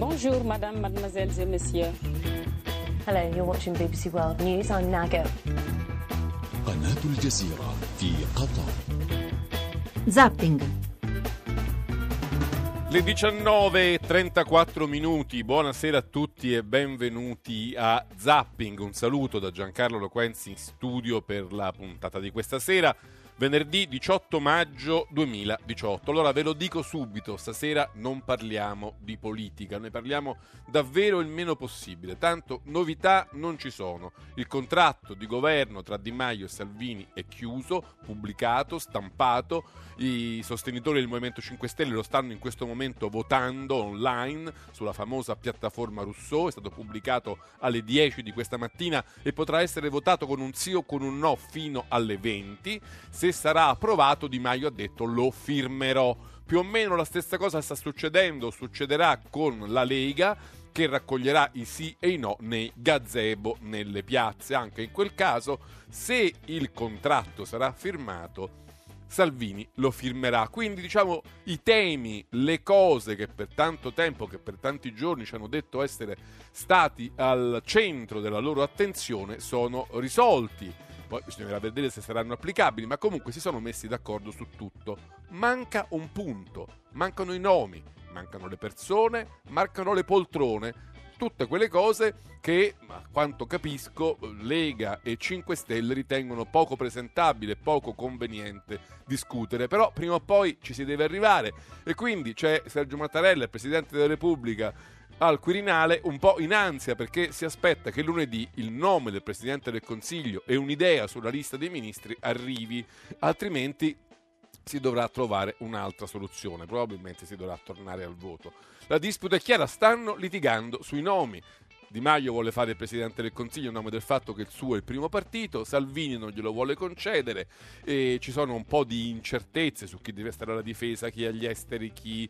Bonjour, madame, mademoiselles et messieurs. Hello, you're watching BBC World News. I'm Nago. قناة الجزيرة في قطر. Zapping. Le 19:34 minuti, buonasera a tutti e benvenuti a Zapping. Un saluto da Giancarlo Loquenzi in studio per la puntata di questa sera, venerdì 18 maggio 2018. Allora ve lo dico subito, stasera non parliamo di politica, ne parliamo davvero il meno possibile, tanto novità non ci sono. Il contratto di governo tra Di Maio e Salvini è chiuso, pubblicato, stampato, i sostenitori del Movimento 5 Stelle lo stanno in questo momento votando online sulla famosa piattaforma Rousseau, è stato pubblicato alle 10 di questa mattina e potrà essere votato con un sì o con un no fino alle 20. Se sarà approvato, Di Maio ha detto lo firmerò. Più o meno la stessa cosa sta succedendo, succederà con la Lega, che raccoglierà i sì e i no nei gazebo, nelle piazze. Anche in quel caso, se il contratto sarà firmato, Salvini lo firmerà. Quindi diciamo i temi, le cose che per tanto tempo, che per tanti giorni ci hanno detto essere stati al centro della loro attenzione sono risolti. Poi bisognerà vedere se saranno applicabili, ma comunque si sono messi d'accordo su tutto. Manca un punto, mancano i nomi, mancano le persone, mancano le poltrone, tutte quelle cose che, a quanto capisco, Lega e 5 Stelle ritengono poco presentabile, poco conveniente discutere. Però prima o poi ci si deve arrivare e quindi c'è Sergio Mattarella, il Presidente della Repubblica, al Quirinale un po' in ansia perché si aspetta che lunedì il nome del Presidente del Consiglio e un'idea sulla lista dei ministri arrivi, altrimenti si dovrà trovare un'altra soluzione, probabilmente si dovrà tornare al voto. La disputa è chiara, stanno litigando sui nomi. Di Maio vuole fare il Presidente del Consiglio in nome del fatto che il suo è il primo partito, Salvini non glielo vuole concedere e ci sono un po' di incertezze su chi deve stare alla difesa, chi agli esteri, chi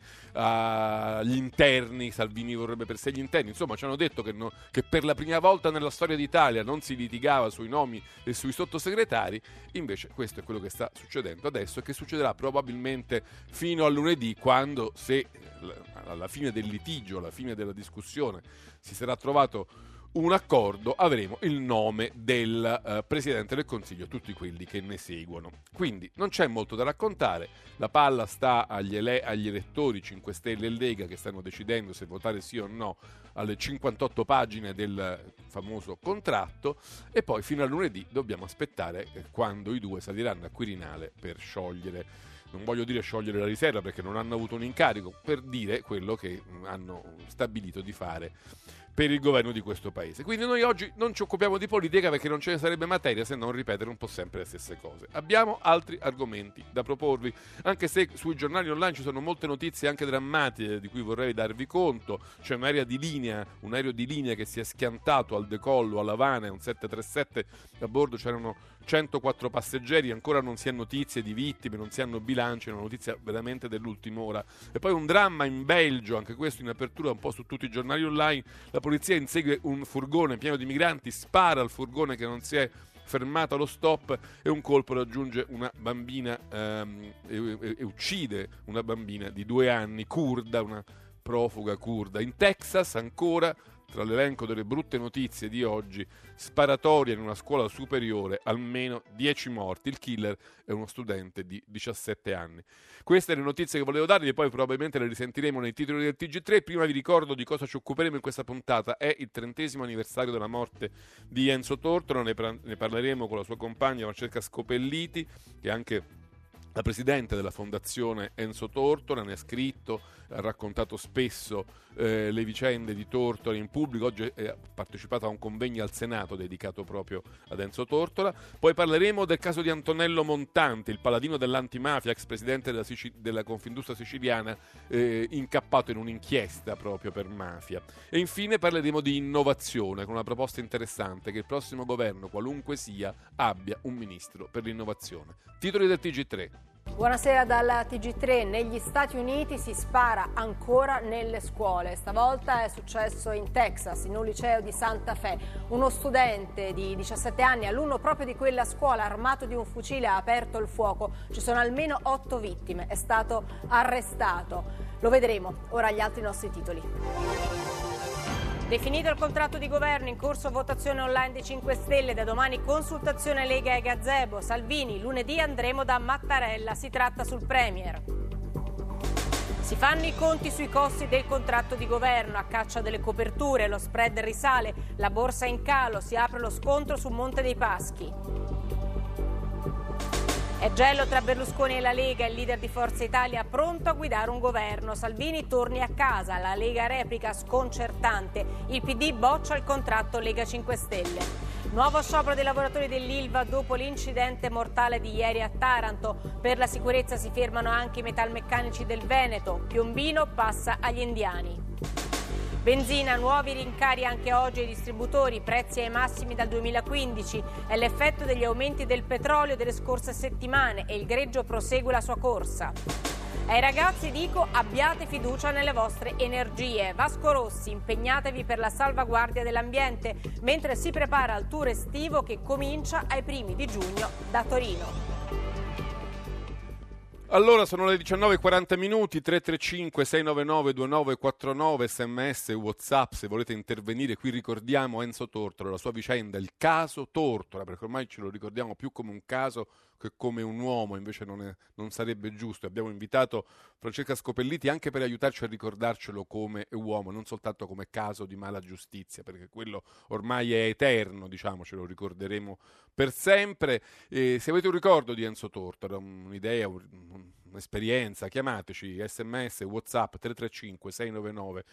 agli interni. Salvini vorrebbe per sé gli interni. Insomma, ci hanno detto che per la prima volta nella storia d'Italia non si litigava sui nomi e sui sottosegretari. Invece questo è quello che sta succedendo adesso e che succederà probabilmente fino a lunedì, quando, se alla fine del litigio, alla fine della discussione si sarà trovato un accordo, avremo il nome del Presidente del Consiglio, tutti quelli che ne seguono. Quindi non c'è molto da raccontare, la palla sta agli elettori 5 Stelle e Lega che stanno decidendo se votare sì o no alle 58 pagine del famoso contratto e poi fino a lunedì dobbiamo aspettare quando i due saliranno a Quirinale per sciogliere. Non voglio dire sciogliere la riserva perché non hanno avuto un incarico, per dire quello che hanno stabilito di fare per il governo di questo paese. Quindi noi oggi non ci occupiamo di politica perché non ce ne sarebbe materia se non ripetere un po' sempre le stesse cose. Abbiamo altri argomenti da proporvi, anche se sui giornali online ci sono molte notizie anche drammatiche di cui vorrei darvi conto. C'è un aereo di linea che si è schiantato al decollo a L'Avana, un 737, a bordo c'erano 104 passeggeri, ancora non si ha notizie di vittime, non si hanno bilanci, è una notizia veramente dell'ultima ora. E poi un dramma in Belgio, anche questo in apertura un po' su tutti i giornali online. La polizia insegue un furgone pieno di migranti, spara al furgone che non si è fermato allo stop e un colpo raggiunge una bambina e uccide una bambina di 2 anni, curda, una profuga curda. In Texas ancora, tra l'elenco delle brutte notizie di oggi, sparatoria in una scuola superiore, almeno 10 morti. Il killer è uno studente di 17 anni. Queste le notizie che volevo darvi e poi probabilmente le risentiremo nei titoli del TG3. Prima vi ricordo di cosa ci occuperemo in questa puntata. È il 30° anniversario della morte di Enzo Tortora, ne parleremo con la sua compagna Francesca Scopelliti, che è anche la presidente della fondazione Enzo Tortora, ne ha scritto, ha raccontato spesso le vicende di Tortora in pubblico. Oggi ha partecipato a un convegno al Senato dedicato proprio ad Enzo Tortora. Poi parleremo del caso di Antonello Montante, il paladino dell'antimafia, ex presidente della Confindustria siciliana, incappato in un'inchiesta proprio per mafia. E infine parleremo di innovazione, con una proposta interessante: che il prossimo governo, qualunque sia, abbia un ministro per l'innovazione. Titoli del TG3. Buonasera dalla TG3. Negli Stati Uniti si spara ancora nelle scuole. Stavolta è successo in Texas, in un liceo di Santa Fe. Uno studente di 17 anni, alunno proprio di quella scuola, armato di un fucile, ha aperto il fuoco. Ci sono almeno 8 vittime. È stato arrestato. Lo vedremo. Ora gli altri nostri titoli. Definito il contratto di governo, in corso votazione online dei 5 Stelle, da domani consultazione Lega e Gazebo. Salvini, lunedì andremo da Mattarella, si tratta sul Premier. Si fanno i conti sui costi del contratto di governo, a caccia delle coperture, lo spread risale, la borsa in calo, si apre lo scontro su Monte dei Paschi. È gelo tra Berlusconi e la Lega, il leader di Forza Italia pronto a guidare un governo. Salvini torni a casa, la Lega replica sconcertante, il PD boccia il contratto Lega 5 Stelle. Nuovo sciopero dei lavoratori dell'Ilva dopo l'incidente mortale di ieri a Taranto. Per la sicurezza si fermano anche i metalmeccanici del Veneto. Piombino passa agli indiani. Benzina, nuovi rincari anche oggi ai distributori, prezzi ai massimi dal 2015. È l'effetto degli aumenti del petrolio delle scorse settimane e il greggio prosegue la sua corsa. Ai ragazzi dico: abbiate fiducia nelle vostre energie. Vasco Rossi, impegnatevi per la salvaguardia dell'ambiente, mentre si prepara al tour estivo che comincia ai primi di giugno da Torino. Allora sono le 19:40 minuti, 335 699 2949, sms, whatsapp, se volete intervenire. Qui ricordiamo Enzo Tortora, la sua vicenda, il caso Tortora, perché ormai ce lo ricordiamo più come un caso che come un uomo, invece non sarebbe giusto. Abbiamo invitato Francesca Scopelliti anche per aiutarci a ricordarcelo come uomo, non soltanto come caso di mala giustizia, perché quello ormai è eterno, diciamo, ce lo ricorderemo per sempre. Se avete un ricordo di Enzo Tortora, un'idea, un'esperienza, chiamateci, sms, whatsapp 335 699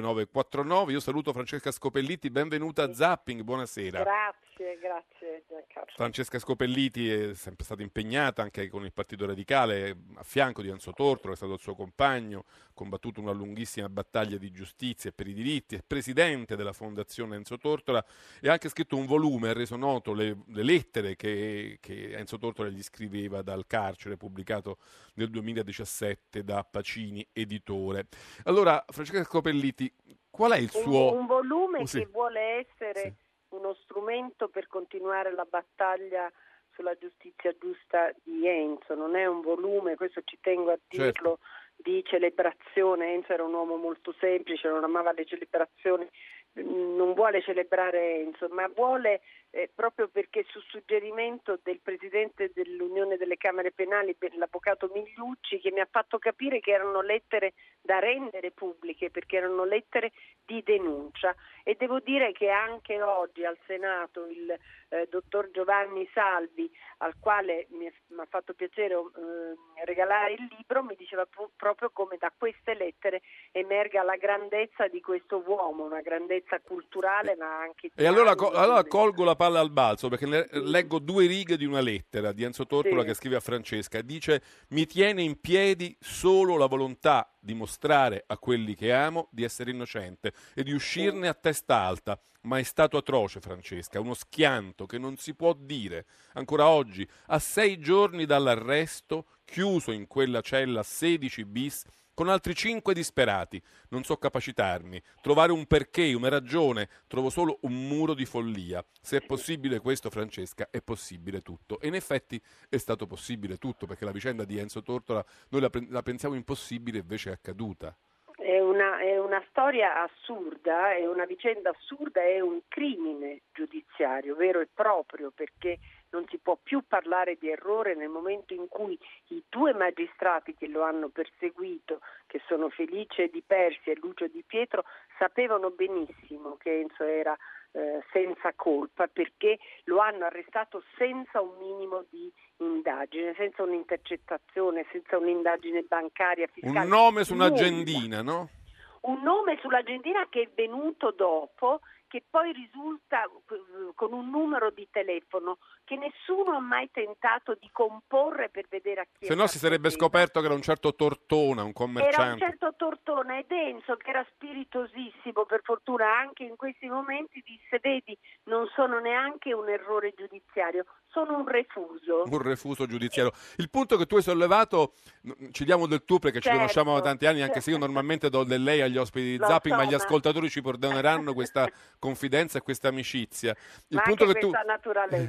2949. Io saluto Francesca Scopelliti, benvenuta a Zapping, buonasera. Grazie Giancarlo. Francesca Scopelliti è sempre stata impegnata anche con il Partito Radicale a fianco di Enzo Tortora, è stato il suo compagno, ha combattuto una lunghissima battaglia di giustizia e per i diritti, è presidente della Fondazione Enzo Tortora e ha anche scritto un volume, ha reso noto le lettere che Enzo Tortora gli scriveva dal carcere, pubblicato nel 2017 da Pacini Editore. Allora, Francesca Scopelliti, qual è il suo... Un volume sì. che vuole essere... Sì. uno strumento per continuare la battaglia sulla giustizia giusta di Enzo. Non è un volume, questo ci tengo a dirlo, certo, di celebrazione. Enzo era un uomo molto semplice, non amava le celebrazioni, non vuole celebrare Enzo, ma vuole proprio perché su suggerimento del presidente dell'Unione delle Camere Penali, l'avvocato Migliucci, che mi ha fatto capire che erano lettere da rendere pubbliche, perché erano lettere di denuncia. E devo dire che anche oggi al Senato il dottor Giovanni Salvi, al quale mi ha fatto piacere regalare il libro, mi diceva proprio come da queste lettere emerga la grandezza di questo uomo, una grandezza culturale ma anche... E allora colgo la palla al balzo, perché leggo 2 righe di una lettera di Enzo Tortora, sì, che scrive a Francesca. Dice: mi tiene in piedi solo la volontà di mostrare a quelli che amo di essere innocente e di uscirne a testa alta, ma è stato atroce, Francesca, uno schianto che non si può dire. Ancora oggi, a 6 giorni dall'arresto, chiuso in quella cella 16 bis, con altri 5 disperati, non so capacitarmi, trovare un perché, una ragione, trovo solo un muro di follia. Se è possibile questo, Francesca, è possibile tutto. E in effetti è stato possibile tutto, perché la vicenda di Enzo Tortora noi la pensiamo impossibile, invece è accaduta. È una storia assurda, è una vicenda assurda, è un crimine giudiziario vero e proprio, perché non si può più parlare di errore nel momento in cui i 2 magistrati che lo hanno perseguito, che sono Felice Di Persi e Lucio Di Pietro, sapevano benissimo che Enzo era senza colpa, perché lo hanno arrestato senza un minimo di indagine, senza un'intercettazione, senza un'indagine bancaria, fiscale. Un nome su un'agendina, no? Un nome sull'agendina che è venuto dopo, che poi risulta con un numero di telefono che nessuno ha mai tentato di comporre per vedere a chi. Se no si sarebbe scoperto che era un certo Tortona, un commerciante. Era un certo Tortona, ed Enzo, che era spiritosissimo, per fortuna anche in questi momenti, disse: vedi, non sono neanche un errore giudiziario, sono un refuso. Un refuso giudiziario. Il punto che tu hai sollevato, ci diamo del tu perché ci conosciamo da tanti anni, anche se io normalmente do del lei agli ospiti di Zapping, ma gli ascoltatori ci perdoneranno questa confidenza e questa amicizia. Il punto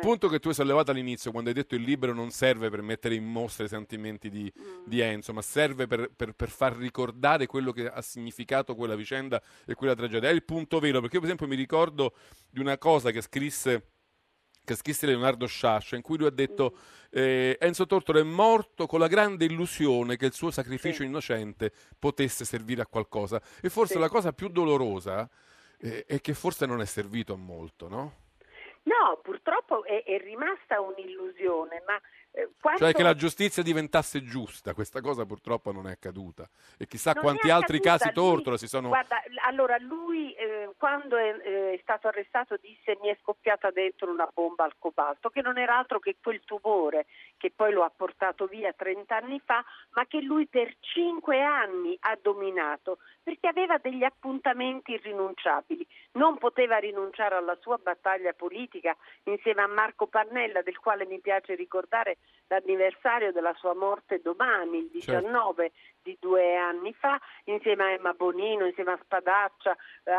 punto che tu hai sollevato all'inizio, quando hai detto il libro non serve per mettere in mostra i sentimenti di Enzo, ma serve per far ricordare quello che ha significato quella vicenda e quella tragedia. È il punto vero, perché io per esempio mi ricordo di una cosa che scrisse Leonardo Sciascia, in cui lui ha detto Enzo Tortora è morto con la grande illusione che il suo sacrificio innocente potesse servire a qualcosa. E forse la cosa più dolorosa è che forse non è servito a molto, no? No, purtroppo è rimasta un'illusione, ma cioè che la giustizia diventasse giusta, questa cosa purtroppo non è accaduta, e chissà non quanti è altri accaduta. casi Tortora si sono... Guarda, allora lui quando è stato arrestato disse mi è scoppiata dentro una bomba al cobalto, che non era altro che quel tumore che poi lo ha portato via 30 anni fa, ma che lui per 5 anni ha dominato, perché aveva degli appuntamenti irrinunciabili, non poteva rinunciare alla sua battaglia politica insieme a Marco Pannella, del quale mi piace ricordare l'anniversario della sua morte domani, il 19 di 2 anni fa, insieme a Emma Bonino, insieme a Spadaccia,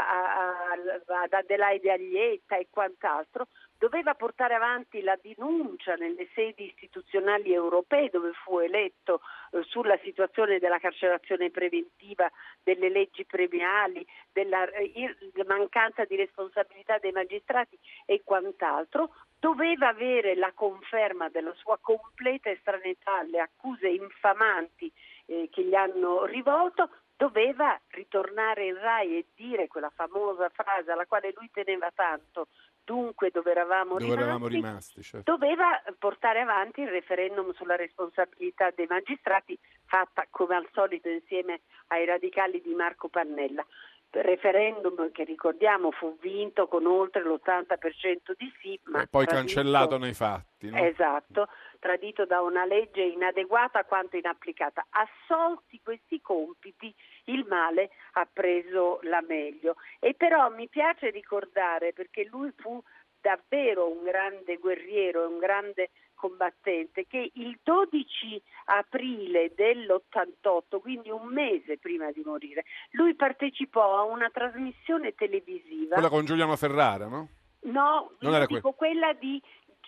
ad Adelaide Aglietta e quant'altro. Doveva portare avanti la denuncia nelle sedi istituzionali europee, dove fu eletto, sulla situazione della carcerazione preventiva, delle leggi premiali, della mancanza di responsabilità dei magistrati e quant'altro. Doveva avere la conferma della sua completa estraneità alle accuse infamanti che gli hanno rivolto. Doveva ritornare in Rai e dire quella famosa frase alla quale lui teneva tanto: dunque dove eravamo rimasti, certo. Doveva portare avanti il referendum sulla responsabilità dei magistrati, fatta come al solito insieme ai radicali di Marco Pannella. Referendum che, ricordiamo, fu vinto con oltre l'80% di sì, ma poi cancellato nei fatti, no? Esatto, tradito da una legge inadeguata quanto inapplicata. Assolti questi compiti, il male ha preso la meglio. E però mi piace ricordare, perché lui fu davvero un grande guerriero e un grande combattente, che il 12 aprile dell'88, quindi un mese prima di morire, lui partecipò a una trasmissione televisiva. Quella con Giuliano Ferrara, no? No, non era quella di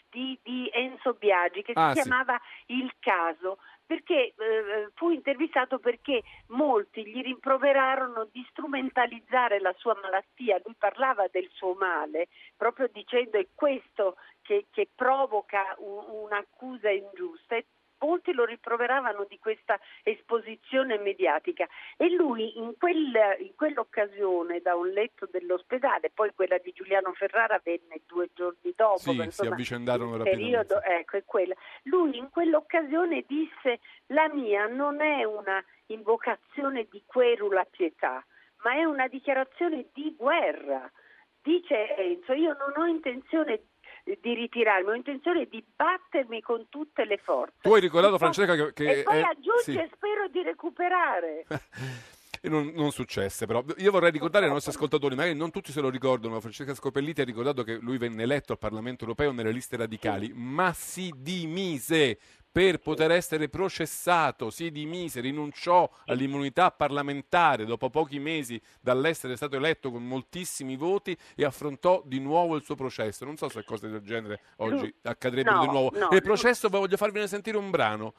Enzo Biagi, che si chiamava Il Caso, perché fu intervistato perché molti gli rimproverarono di strumentalizzare la sua malattia. Lui parlava del suo male, proprio dicendo è questo che provoca un'accusa ingiusta, e molti lo rimproveravano di questa esposizione mediatica, e lui in quell'occasione, da un letto dell'ospedale, poi quella di Giuliano Ferrara venne 2 giorni dopo, si avvicendarono rapidamente. Ecco, è quella. Lui in quell'occasione disse: la mia non è una invocazione di querula pietà, ma è una dichiarazione di guerra. Dice Enzo: io non ho intenzione di ritirarmi, ho intenzione di battermi con tutte le forze. Tu hai ricordato, Francesca, che e poi aggiunge spero di recuperare. E non successe, però. Io vorrei ricordare ai nostri ascoltatori, magari non tutti se lo ricordano, Francesca Scopelliti ha ricordato che lui venne eletto al Parlamento europeo nelle liste radicali, ma si dimise per poter essere processato, si dimise, rinunciò all'immunità parlamentare dopo pochi mesi dall'essere stato eletto con moltissimi voti e affrontò di nuovo il suo processo. Non so se cose del genere oggi accadrebbero di nuovo. Nel processo voglio farvene sentire un brano,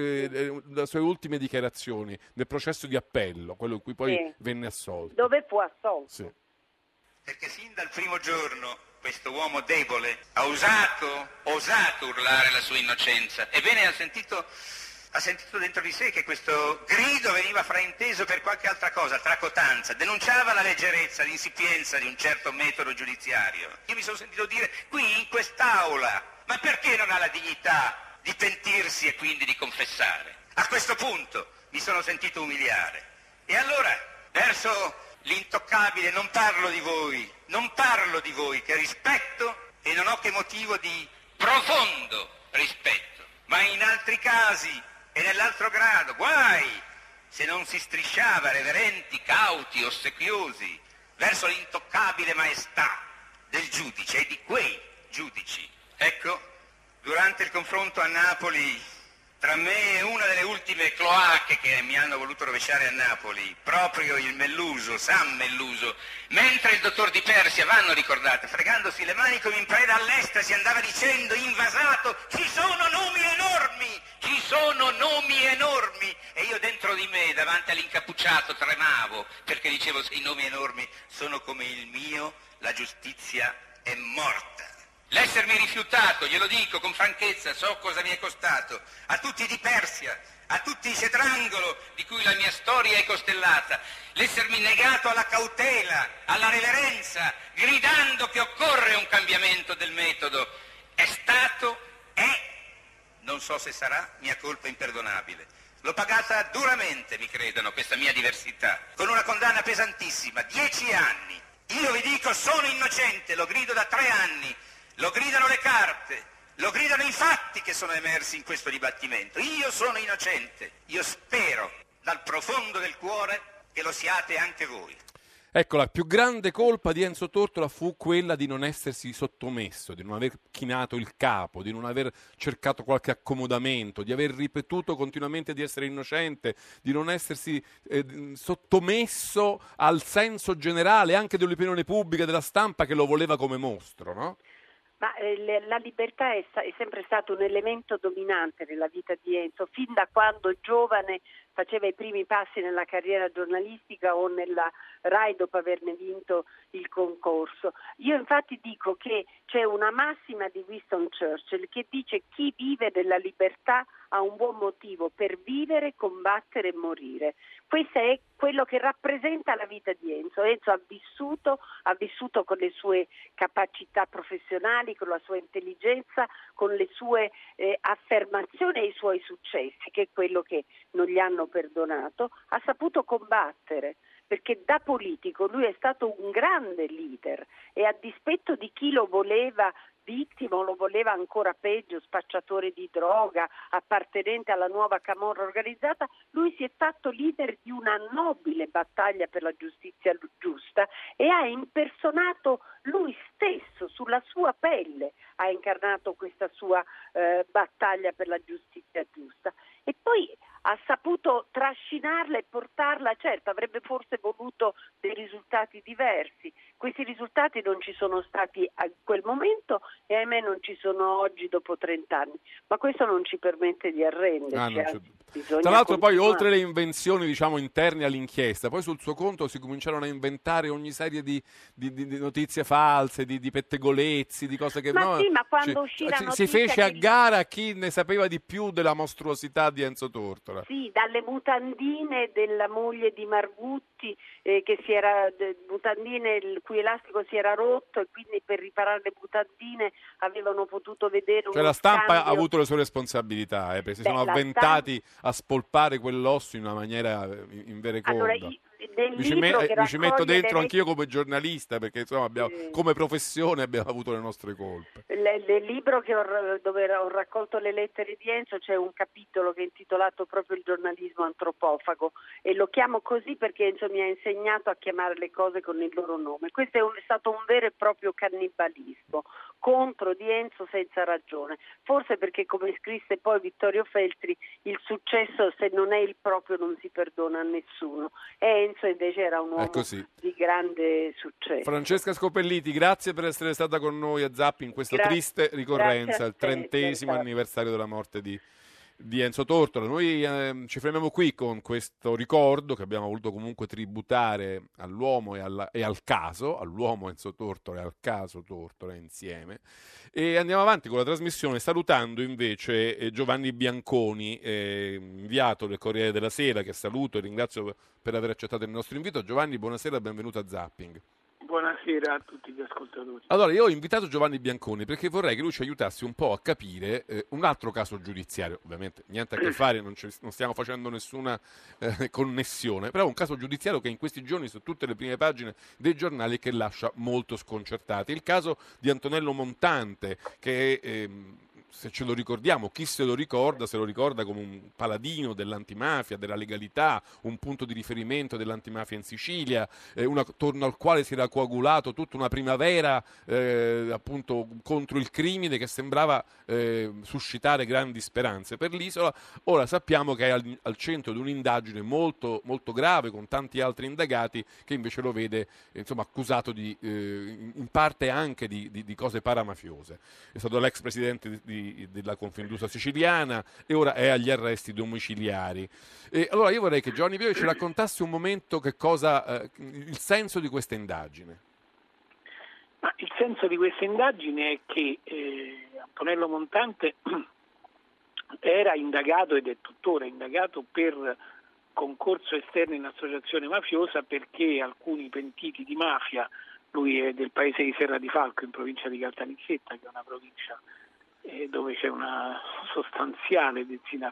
le sue ultime dichiarazioni nel processo di appello, quello in cui poi venne assolto. Dove fu assolto? Sì. Perché sin dal primo giorno questo uomo debole ha osato urlare la sua innocenza. Ebbene, ha sentito dentro di sé che questo grido veniva frainteso per qualche altra cosa, tracotanza, denunciava la leggerezza, l'insipienza di un certo metodo giudiziario. Io mi sono sentito dire qui in quest'aula: ma perché non ha la dignità di pentirsi e quindi di confessare? A questo punto mi sono sentito umiliare. E allora, verso l'intoccabile, non parlo di voi che rispetto e non ho che motivo di profondo rispetto, ma in altri casi e nell'altro grado, guai se non si strisciava reverenti, cauti, ossequiosi verso l'intoccabile maestà del giudice e di quei giudici. Ecco, durante il confronto a Napoli Tra me e una delle ultime cloache che mi hanno voluto rovesciare a Napoli, proprio il Melluso, San Melluso, mentre il dottor Di Persia, vanno ricordate, fregandosi le mani come in preda all'estasi, andava dicendo invasato: ci sono nomi enormi, ci sono nomi enormi. E io dentro di me, davanti all'incappucciato, tremavo, perché dicevo: se i nomi enormi sono come il mio, la giustizia è morta. L'essermi rifiutato, glielo dico con franchezza, so cosa mi è costato, a tutti i Di Persia, a tutti i Cetrangolo, di cui la mia storia è costellata, l'essermi negato alla cautela, alla reverenza, gridando che occorre un cambiamento del metodo, è stato, non so se sarà, mia colpa imperdonabile. L'ho pagata duramente, mi credano, questa mia diversità, con una condanna pesantissima, 10 anni. Io vi dico, sono innocente, lo grido da 3 anni. Lo gridano le carte, lo gridano i fatti che sono emersi in questo dibattimento. Io sono innocente, io spero dal profondo del cuore che lo siate anche voi. Ecco, la più grande colpa di Enzo Tortora fu quella di non essersi sottomesso, di non aver chinato il capo, di non aver cercato qualche accomodamento, di aver ripetuto continuamente di essere innocente, di non essersi sottomesso al senso generale anche dell'opinione pubblica, della stampa che lo voleva come mostro, no? Ma la libertà è sempre stato un elemento dominante nella vita di Enzo, fin da quando giovane faceva i primi passi nella carriera giornalistica o nella RAI dopo averne vinto il concorso. Io infatti dico che c'è una massima di Winston Churchill che dice: chi vive della libertà ha un buon motivo per vivere, combattere e morire. Questo è quello che rappresenta la vita di Enzo. Enzo ha vissuto con le sue capacità professionali, con la sua intelligenza, con le sue affermazioni e i suoi successi, che è quello che non gli hanno perdonato. Ha saputo combattere, perché da politico lui è stato un grande leader e a dispetto di chi lo voleva vittima o lo voleva ancora peggio, spacciatore di droga, appartenente alla nuova camorra organizzata, lui si è fatto leader di una nobile battaglia per la giustizia giusta e ha impersonato lui stesso, sulla sua pelle ha incarnato questa sua battaglia per la giustizia giusta. E poi ha saputo trascinarla e portarla, certo avrebbe forse voluto dei risultati diversi, questi risultati non ci sono stati a quel momento e ahimè non ci sono oggi dopo 30 anni, ma questo non ci permette di arrenderci. Tra l'altro poi oltre le invenzioni interne all'inchiesta, poi sul suo conto si cominciarono a inventare ogni serie di notizie false, di pettegolezzi, di cose che ma quando uscì la si fece a gara chi ne sapeva di più della mostruosità di Enzo Tortora. Sì, dalle mutandine della moglie di Margutti mutandine il cui elastico si era rotto e quindi per riparare le mutandine avevano potuto vedere la stampa ha avuto le sue responsabilità, perché si sono avventati a spolpare quell'osso in una maniera invereconda. Allora, mi ci metto dentro anch'io come giornalista, perché come professione abbiamo avuto le nostre colpe. Nel libro dove ho raccolto le lettere di Enzo c'è un capitolo che è intitolato proprio il giornalismo antropofago e lo chiamo così perché Enzo mi ha insegnato a chiamare le cose con il loro nome. Questo è stato un vero e proprio cannibalismo contro di Enzo senza ragione, forse perché, come scrisse poi Vittorio Feltri, il successo se non è il proprio non si perdona a nessuno, e Enzo invece era un uomo di grande successo. Francesca Scopelliti, grazie per essere stata con noi a Zapping in questa triste ricorrenza, il 30° anniversario della morte di Enzo Tortora. Noi ci fermiamo qui con questo ricordo che abbiamo voluto comunque tributare all'uomo e al caso, all'uomo Enzo Tortora e al caso Tortora insieme, e andiamo avanti con la trasmissione salutando invece Giovanni Bianconi, inviato del Corriere della Sera, che saluto e ringrazio per aver accettato il nostro invito. Giovanni, buonasera e benvenuto a Zapping. Buonasera a tutti gli ascoltatori. Allora, io ho invitato Giovanni Bianconi perché vorrei che lui ci aiutasse un po' a capire un altro caso giudiziario, ovviamente niente a che fare, non stiamo facendo nessuna connessione, però un caso giudiziario che in questi giorni su tutte le prime pagine dei giornali che lascia molto sconcertati. Il caso di Antonello Montante, che se ce lo ricordiamo, chi se lo ricorda come un paladino dell'antimafia, della legalità, un punto di riferimento dell'antimafia in Sicilia, attorno al quale si era coagulato tutta una primavera appunto contro il crimine che sembrava suscitare grandi speranze per l'isola. Ora sappiamo che è al centro di un'indagine molto, molto grave, con tanti altri indagati, che invece lo vede accusato in parte anche di cose paramafiose. È stato l'ex presidente della Confindustria siciliana e ora è agli arresti domiciliari. E allora io vorrei che Giovanni Piovi ci raccontasse un momento il senso di questa indagine. Ma il senso di questa indagine è che Antonello Montante era indagato ed è tuttora indagato per concorso esterno in associazione mafiosa, perché alcuni pentiti di mafia, lui è del paese di Serra di Falco in provincia di Caltanissetta, che è una provincia dove c'è una sostanziale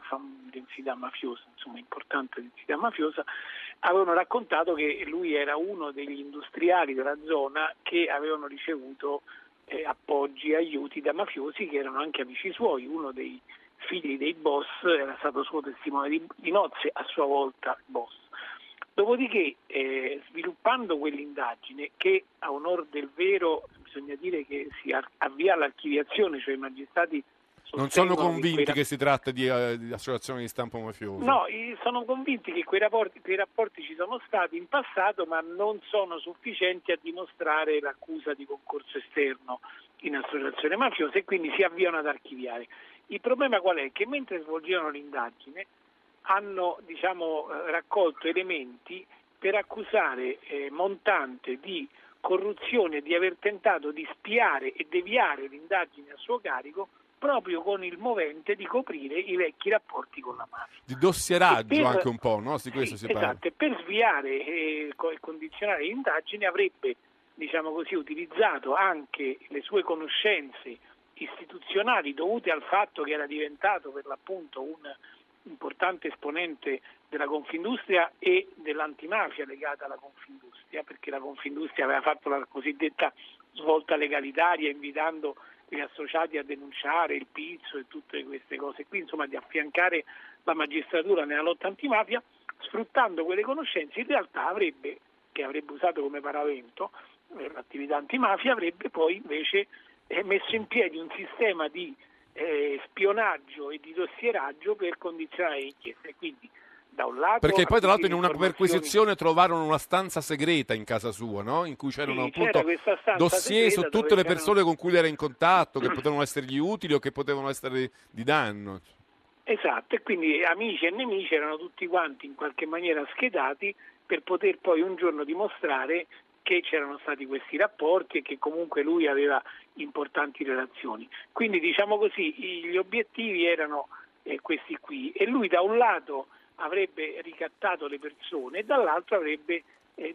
densità mafiosa, importante densità mafiosa, avevano raccontato che lui era uno degli industriali della zona che avevano ricevuto appoggi e aiuti da mafiosi che erano anche amici suoi. Uno dei figli dei boss era stato suo testimone di nozze, a sua volta boss. Dopodiché, sviluppando quell'indagine, che a onor del vero bisogna dire che si avvia all'archiviazione, cioè i magistrati non sono convinti che si tratta di associazione di stampo mafioso. No, sono convinti che quei rapporti ci sono stati in passato, ma non sono sufficienti a dimostrare l'accusa di concorso esterno in associazione mafiosa, e quindi si avviano ad archiviare. Il problema qual è? Che mentre svolgevano l'indagine hanno raccolto elementi per accusare Montante di corruzione e di aver tentato di spiare e deviare l'indagine a suo carico, proprio con il movente di coprire i vecchi rapporti con la mafia. Di dossieraggio anche un po', no? Di questo si parla. Esatto, e per sviare e condizionare l'indagine avrebbe, utilizzato anche le sue conoscenze istituzionali dovute al fatto che era diventato per l'appunto un importante esponente della Confindustria e dell'antimafia legata alla Confindustria, perché la Confindustria aveva fatto la cosiddetta svolta legalitaria, invitando gli associati a denunciare il pizzo e tutte queste cose qui, di affiancare la magistratura nella lotta antimafia. Sfruttando quelle conoscenze, in realtà che avrebbe usato come paravento l'attività antimafia, avrebbe poi invece messo in piedi un sistema di spionaggio e di dossieraggio per condizionare le inchieste. Quindi da un lato, perché poi tra l'altro in una perquisizione trovarono una stanza segreta in casa sua, no? In cui c'erano appunto dossier su tutte le persone con cui lui era in contatto, che potevano essergli utili o che potevano essere di danno. Esatto, e quindi amici e nemici erano tutti quanti in qualche maniera schedati per poter poi un giorno dimostrare che c'erano stati questi rapporti e che comunque lui aveva importanti relazioni. Quindi gli obiettivi erano questi qui, e lui da un lato avrebbe ricattato le persone e dall'altro avrebbe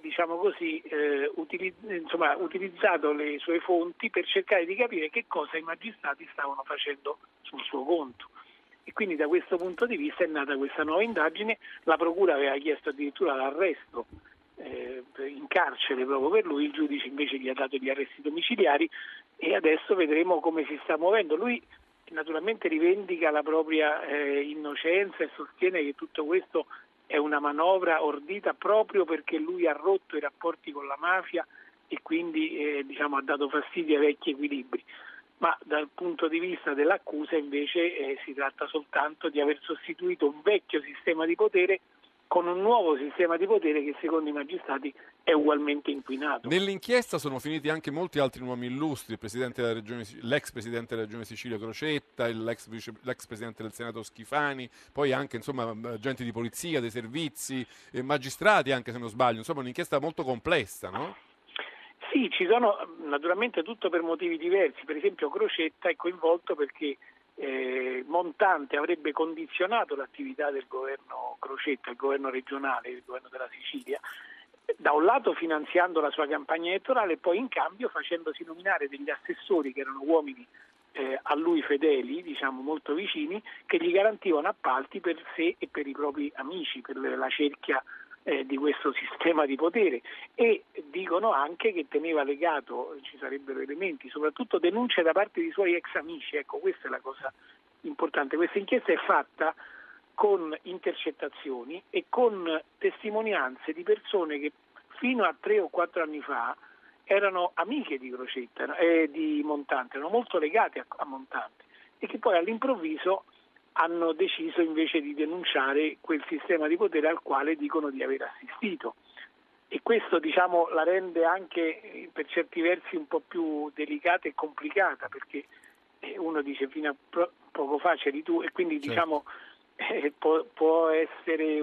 utilizzato le sue fonti per cercare di capire che cosa i magistrati stavano facendo sul suo conto. E quindi da questo punto di vista è nata questa nuova indagine. La procura aveva chiesto addirittura l'arresto in carcere proprio per lui, il giudice invece gli ha dato gli arresti domiciliari, e adesso vedremo come si sta muovendo. Lui naturalmente rivendica la propria innocenza e sostiene che tutto questo è una manovra ordita proprio perché lui ha rotto i rapporti con la mafia e quindi ha dato fastidio ai vecchi equilibri. Ma dal punto di vista dell'accusa invece si tratta soltanto di aver sostituito un vecchio sistema di potere con un nuovo sistema di potere che secondo i magistrati è ugualmente inquinato. Nell'inchiesta sono finiti anche molti altri nomi illustri, l'ex presidente della Regione Sicilia Crocetta, l'ex presidente del Senato Schifani, poi anche agenti di polizia, dei servizi, magistrati anche se non sbaglio, un'inchiesta molto complessa, no? Sì, ci sono naturalmente tutto per motivi diversi. Per esempio Crocetta è coinvolto perché Montante avrebbe condizionato l'attività del governo Crocetta, il governo regionale, il governo della Sicilia, da un lato finanziando la sua campagna elettorale e poi in cambio facendosi nominare degli assessori che erano uomini a lui fedeli, molto vicini, che gli garantivano appalti per sé e per i propri amici, per la cerchia di questo sistema di potere, e dicono anche che teneva legato, ci sarebbero elementi, soprattutto denunce da parte di suoi ex amici. Ecco, questa è la cosa importante. Questa inchiesta è fatta con intercettazioni e con testimonianze di persone che fino a 3 o 4 anni fa erano amiche di Crocetta e di Montante, erano molto legate a Montante, e che poi all'improvviso hanno deciso invece di denunciare quel sistema di potere al quale dicono di aver assistito. E questo, diciamo, la rende anche per certi versi un po' più delicata e complicata, perché uno dice fino a poco fa c'eri tu, e quindi diciamo può essere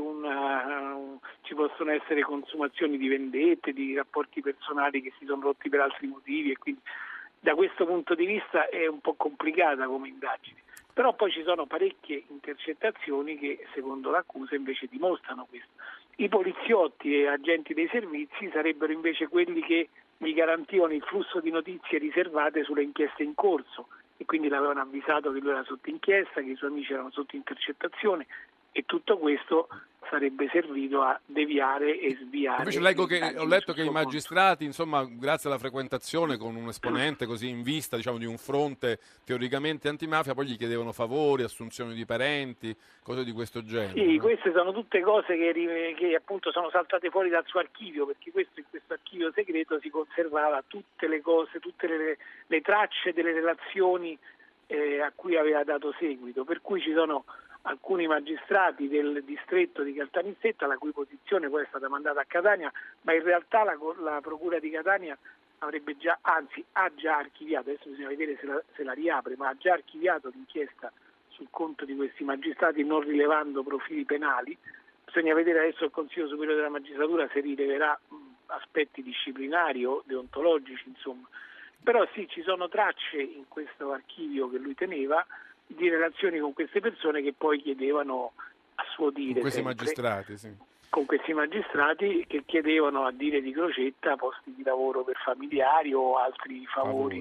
ci possono essere consumazioni di vendette, di rapporti personali che si sono rotti per altri motivi, e quindi da questo punto di vista è un po' complicata come indagine. Però poi ci sono parecchie intercettazioni che secondo l'accusa invece dimostrano questo. I poliziotti e agenti dei servizi sarebbero invece quelli che gli garantivano il flusso di notizie riservate sulle inchieste in corso, e quindi l'avevano avvisato che lui era sotto inchiesta, che i suoi amici erano sotto intercettazione, e tutto questo sarebbe servito a deviare e sviare. Invece ho letto che i magistrati, insomma, grazie alla frequentazione con un esponente così in vista, diciamo, di un fronte teoricamente antimafia, poi gli chiedevano favori, assunzioni di parenti, cose di questo genere. Sì, no? Queste sono tutte cose che appunto sono saltate fuori dal suo archivio, perché in questo archivio segreto si conservava tutte le cose, tutte le tracce delle relazioni a cui aveva dato seguito, per cui ci sono alcuni magistrati del distretto di Caltanissetta, la cui posizione poi è stata mandata a Catania, ma in realtà la procura di Catania ha già archiviato, adesso bisogna vedere se la riapre, ma ha già archiviato l'inchiesta sul conto di questi magistrati, non rilevando profili penali. Bisogna vedere adesso il Consiglio Superiore della Magistratura se rileverà aspetti disciplinari o deontologici, insomma. Però sì, ci sono tracce in questo archivio che lui teneva di relazioni con queste persone che poi chiedevano a suo dire. Con questi magistrati, sì. Con questi magistrati che chiedevano, a dire di Crocetta, posti di lavoro per familiari o altri favori.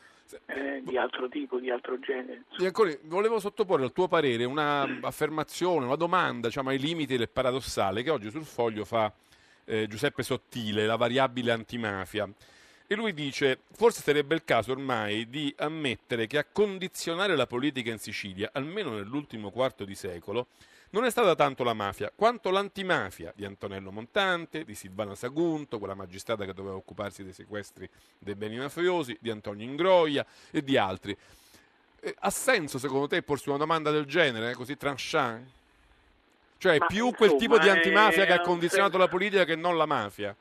Di altro tipo, di altro genere. Bianconi, volevo sottoporre al tuo parere una affermazione, una domanda, diciamo, ai limiti del paradossale che oggi sul Foglio fa Giuseppe Sottile, la variabile antimafia. E lui dice: forse sarebbe il caso ormai di ammettere che a condizionare la politica in Sicilia, almeno nell'ultimo quarto di secolo, non è stata tanto la mafia, quanto l'antimafia di Antonello Montante, di Silvana Sagunto, quella magistrata che doveva occuparsi dei sequestri dei beni mafiosi, di Antonio Ingroia e di altri. Ha senso secondo te porsi una domanda del genere, così tranchant? Cioè è più quel tipo di antimafia che ha condizionato la politica che non la mafia?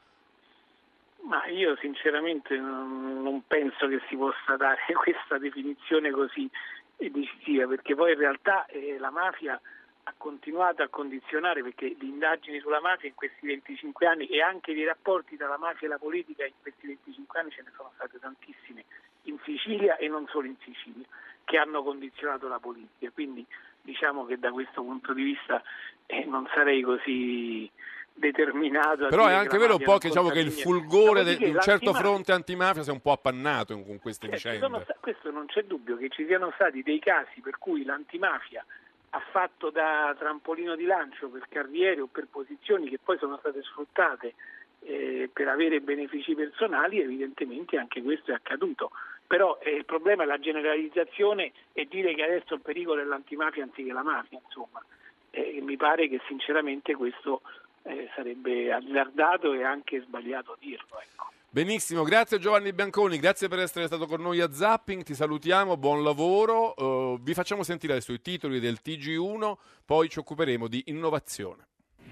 Ma io sinceramente non penso che si possa dare questa definizione così decisiva, perché poi in realtà la mafia ha continuato a condizionare, perché le indagini sulla mafia in questi 25 anni e anche i rapporti tra la mafia e la politica in questi 25 anni ce ne sono state tantissime in Sicilia e non solo in Sicilia, che hanno condizionato la politica. Quindi diciamo che da questo punto di vista non sarei così determinato. Però è anche vero un po' che, diciamo, che il fulgore di un certo fronte antimafia si è un po' appannato con queste vicende. Questo non c'è dubbio, che ci siano stati dei casi per cui l'antimafia ha fatto da trampolino di lancio per carriere o per posizioni che poi sono state sfruttate per avere benefici personali. Evidentemente anche questo è accaduto. Però il problema è la generalizzazione e dire che adesso il pericolo è l'antimafia anziché la mafia, insomma. Mi pare che sinceramente questo sarebbe azzardato e anche sbagliato dirlo, ecco. Benissimo, grazie Giovanni Bianconi, grazie per essere stato con noi a Zapping, ti salutiamo, buon lavoro, vi facciamo sentire adesso i titoli del TG1, poi ci occuperemo di innovazione.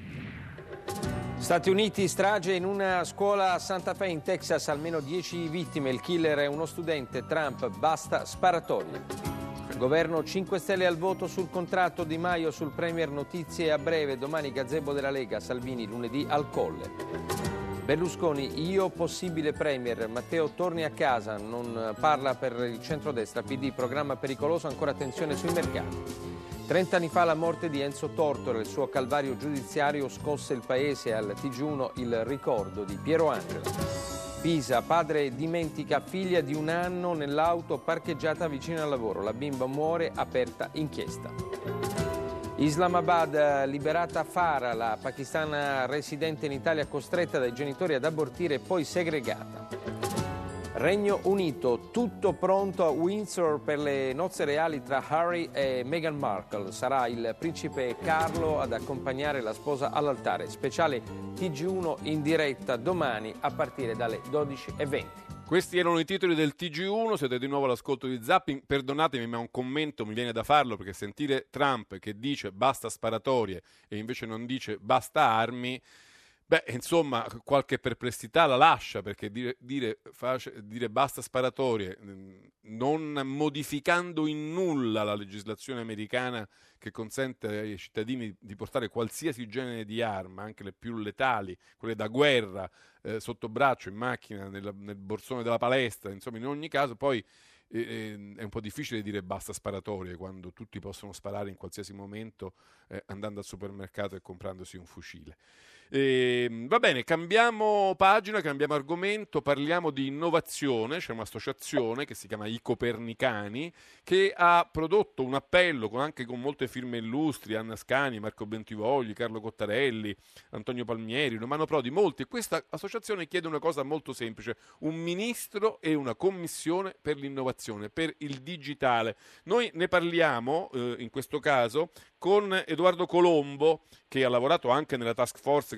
Stati Uniti, strage in una scuola a Santa Fe in Texas, almeno 10 vittime, il killer è uno studente, Trump, basta sparatorie. Governo 5 Stelle al voto sul contratto, Di Maio sul Premier, notizie a breve, domani gazebo della Lega, Salvini lunedì al Colle. Berlusconi, io possibile Premier, Matteo torni a casa, non parla per il centrodestra, PD programma pericoloso, ancora tensione sui mercati. 30 anni fa la morte di Enzo Tortora, il suo calvario giudiziario scosse il paese, al TG1 il ricordo di Piero Angela. Pisa, padre dimentica figlia di 1 anno nell'auto parcheggiata vicino al lavoro. La bimba muore, aperta inchiesta. Islamabad, liberata Farah, la pakistana residente in Italia costretta dai genitori ad abortire e poi segregata. Regno Unito, tutto pronto a Windsor per le nozze reali tra Harry e Meghan Markle. Sarà il principe Carlo ad accompagnare la sposa all'altare. Speciale TG1 in diretta domani a partire dalle 12:20. Questi erano i titoli del TG1, siete di nuovo all'ascolto di Zapping. Perdonatemi, ma un commento mi viene da farlo, perché sentire Trump che dice basta sparatorie e invece non dice basta armi, beh, insomma, qualche perplessità la lascia, perché dire basta sparatorie, non modificando in nulla la legislazione americana che consente ai cittadini di portare qualsiasi genere di arma, anche le più letali, quelle da guerra, sotto braccio, in macchina, nel borsone della palestra, insomma, in ogni caso poi è un po' difficile dire basta sparatorie quando tutti possono sparare in qualsiasi momento andando al supermercato e comprandosi un fucile. Va bene, cambiamo pagina, cambiamo argomento, parliamo di innovazione. C'è un'associazione che si chiama I Copernicani che ha prodotto un appello anche con molte firme illustri, Anna Scani, Marco Bentivogli, Carlo Cottarelli, Antonio Palmieri, Romano Prodi, molti. Questa associazione chiede una cosa molto semplice: un ministro e una commissione per l'innovazione, per il digitale. Noi ne parliamo in questo caso con Edoardo Colombo, che ha lavorato anche nella task force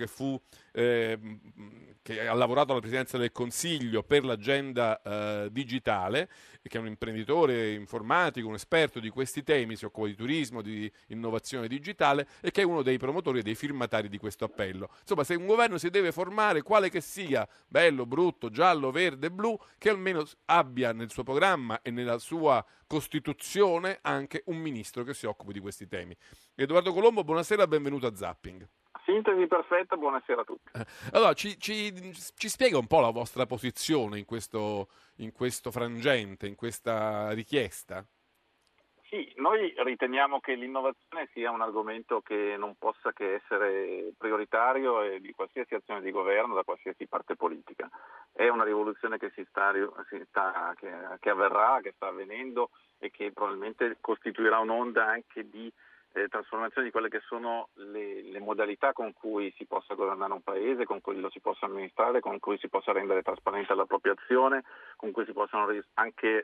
che ha lavorato alla Presidenza del Consiglio per l'agenda digitale, e che è un imprenditore informatico, un esperto di questi temi, si occupa di turismo, di innovazione digitale, e che è uno dei promotori e dei firmatari di questo appello. Insomma, se un governo si deve formare, quale che sia, bello, brutto, giallo, verde, blu, che almeno abbia nel suo programma e nella sua Costituzione anche un ministro che si occupi di questi temi. Edoardo Colombo, buonasera, benvenuto a Zapping. Sintesi perfetta, buonasera a tutti. Allora, ci spiega un po' la vostra posizione in questo frangente, in questa richiesta? Sì, noi riteniamo che l'innovazione sia un argomento che non possa che essere prioritario e di qualsiasi azione di governo, da qualsiasi parte politica. È una rivoluzione che che avverrà, che sta avvenendo e che probabilmente costituirà un'onda anche di trasformazione di quelle che sono le modalità con cui si possa governare un paese, con cui lo si possa amministrare, con cui si possa rendere trasparente la propria azione, con cui si possano anche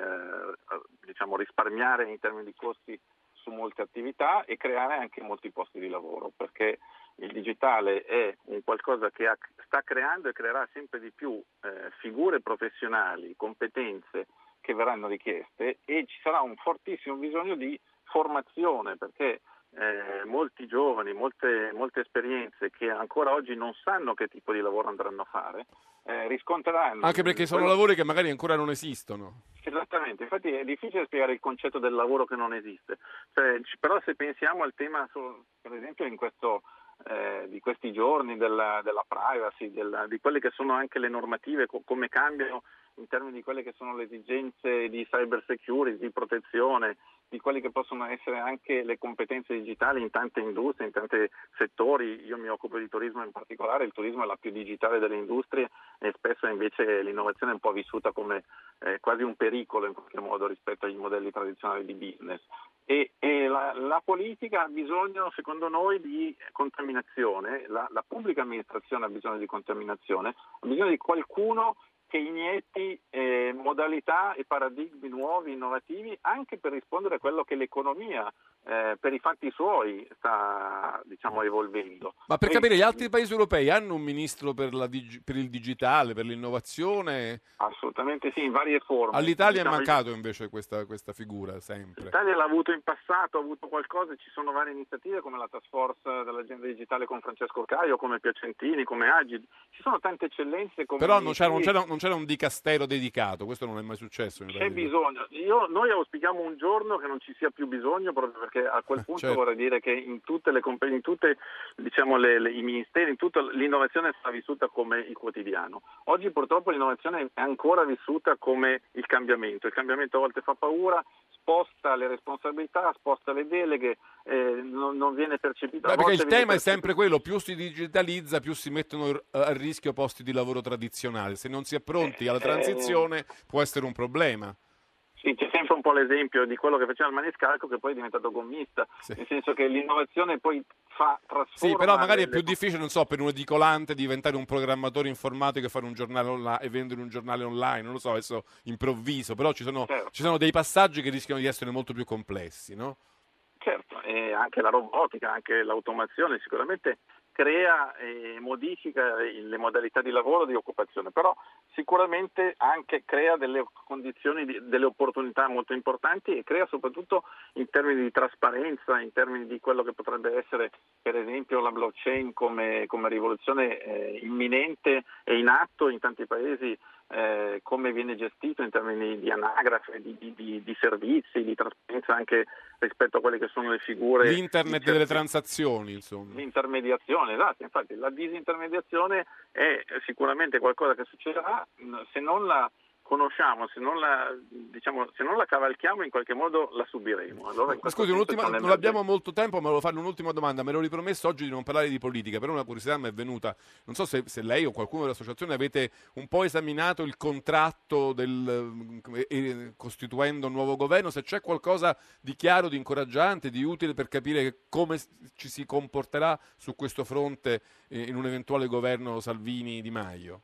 risparmiare in termini di costi su molte attività e creare anche molti posti di lavoro, perché il digitale è un qualcosa che sta creando e creerà sempre di più figure professionali, competenze che verranno richieste, e ci sarà un fortissimo bisogno di formazione, perché molti giovani, molte esperienze che ancora oggi non sanno che tipo di lavoro andranno a fare, riscontreranno. Anche perché sono lavori che magari ancora non esistono. Esattamente, infatti è difficile spiegare il concetto del lavoro che non esiste. Però se pensiamo al tema, per esempio di questi giorni della privacy, di quelle che sono anche le normative, come cambiano in termini di quelle che sono le esigenze di cyber security, di protezione, di quelli che possono essere anche le competenze digitali in tante industrie, in tanti settori. Io mi occupo di turismo in particolare, il turismo è la più digitale delle industrie e spesso invece l'innovazione è un po' vissuta come quasi un pericolo in qualche modo rispetto agli modelli tradizionali di business. E la politica ha bisogno, secondo noi, di contaminazione, la pubblica amministrazione ha bisogno di contaminazione, ha bisogno di qualcuno che inietti modalità e paradigmi nuovi, innovativi, anche per rispondere a quello che l'economia per i fatti suoi sta evolvendo. Ma per capire, gli altri paesi europei hanno un ministro per il digitale, per l'innovazione? Assolutamente sì, in varie forme. All'Italia è mancato invece questa figura sempre. L'Italia l'ha avuto in passato, ha avuto qualcosa, ci sono varie iniziative come la task force dell'agenda digitale con Francesco Caio, come Piacentini, come Agid, ci sono tante eccellenze. Però non c'era un dicastero dedicato, questo non è mai successo. C'è bisogno, noi auspichiamo un giorno che non ci sia più bisogno, proprio perché a quel punto certo. Vorrei dire che in tutte le compagnie, in tutte i ministeri, in tutta l'innovazione sta vissuta come il quotidiano. Oggi purtroppo l'innovazione è ancora vissuta come il cambiamento a volte fa paura, sposta le responsabilità, sposta le deleghe, non viene percepita. Perché il tema è sempre quello: più si digitalizza, più si mettono a rischio posti di lavoro tradizionali. Se non si è pronti alla transizione può essere un problema. Sì, c'è sempre un po' l'esempio di quello che faceva il maniscalco che poi è diventato gommista, nel senso che l'innovazione poi trasforma. Sì, però magari è più difficile, non so, per un edicolante diventare un programmatore informatico e fare un giornale online e vendere un giornale online, non lo so, adesso improvviso, però ci sono dei passaggi che rischiano di essere molto più complessi, no? Certo, e anche la robotica, anche l'automazione sicuramente crea e modifica le modalità di lavoro e di occupazione, però sicuramente anche crea delle condizioni, delle opportunità molto importanti e crea soprattutto in termini di trasparenza, in termini di quello che potrebbe essere per esempio la blockchain come rivoluzione imminente e in atto in tanti paesi, come viene gestito in termini di anagrafe, di servizi, di trasparenza anche rispetto a quelle che sono le figure. L'internet delle transazioni, insomma. L'intermediazione, esatto, infatti la disintermediazione è sicuramente qualcosa che succederà se non la conosciamo, se non la cavalchiamo in qualche modo la subiremo. Allora, scusi, non abbiamo molto tempo, ma volevo farle un'ultima domanda. Me l'ho ripromesso oggi di non parlare di politica, però una curiosità mi è venuta. Non so se lei o qualcuno dell'associazione avete un po' esaminato il contratto costituendo un nuovo governo, se c'è qualcosa di chiaro, di incoraggiante, di utile per capire come ci si comporterà su questo fronte in un eventuale governo Salvini-Di Maio.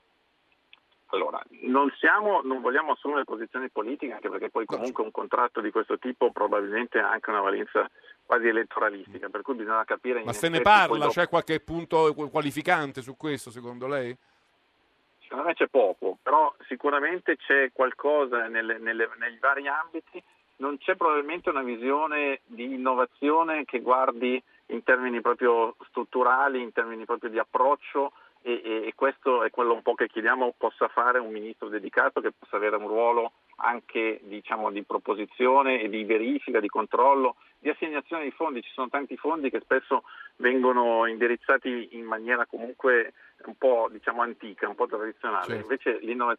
Allora, non vogliamo assumere posizioni politiche, anche perché poi comunque un contratto di questo tipo probabilmente ha anche una valenza quasi elettoralistica, per cui bisogna capire... Ma se ne parla? C'è qualche punto qualificante su questo, secondo lei? Secondo me c'è poco, però sicuramente c'è qualcosa negli vari ambiti. Non c'è probabilmente una visione di innovazione che guardi in termini proprio strutturali, in termini proprio di approccio, e questo è quello un po' che chiediamo possa fare un ministro dedicato, che possa avere un ruolo anche di proposizione e di verifica, di controllo, di assegnazione di fondi. Ci sono tanti fondi che spesso vengono indirizzati in maniera comunque un po' antica, un po' tradizionale. Certo. Invece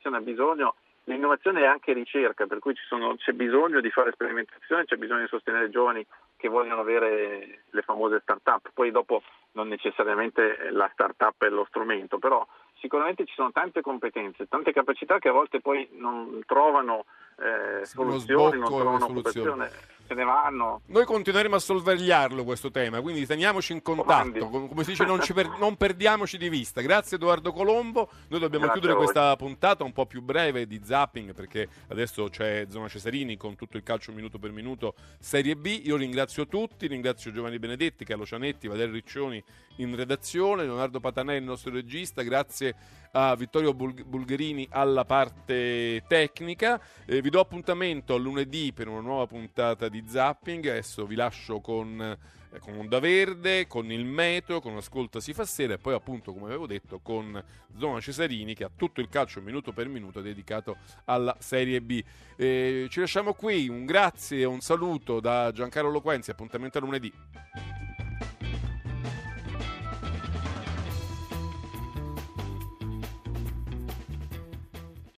l'innovazione è anche ricerca, per cui c'è bisogno di fare sperimentazione, c'è bisogno di sostenere giovani che vogliono avere le famose start-up. Poi dopo non necessariamente la start-up è lo strumento, però sicuramente ci sono tante competenze, tante capacità che a volte poi non trovano soluzioni, non trovano occupazione, se ne vanno. Noi continueremo a sorvegliarlo questo tema, quindi teniamoci in contatto, come si dice, non perdiamoci di vista. Grazie Edoardo Colombo, noi dobbiamo chiudere questa puntata un po' più breve di Zapping, perché adesso c'è Zona Cesarini con tutto il calcio minuto per minuto Serie B. Io ringrazio tutti, ringrazio Giovanni Benedetti, Carlo Cianetti, Valerio Riccioni in redazione, Leonardo Patanè il nostro regista, grazie a Vittorio Bulgherini alla parte tecnica. Vi do appuntamento a lunedì per una nuova puntata di Zapping. Adesso vi lascio con Onda Verde, con il meteo, con Ascolta si fa sera e poi appunto, come avevo detto, con Zona Cesarini, che ha tutto il calcio minuto per minuto dedicato alla Serie B. Ci lasciamo qui, un grazie e un saluto da Giancarlo Loquenzi, appuntamento a lunedì.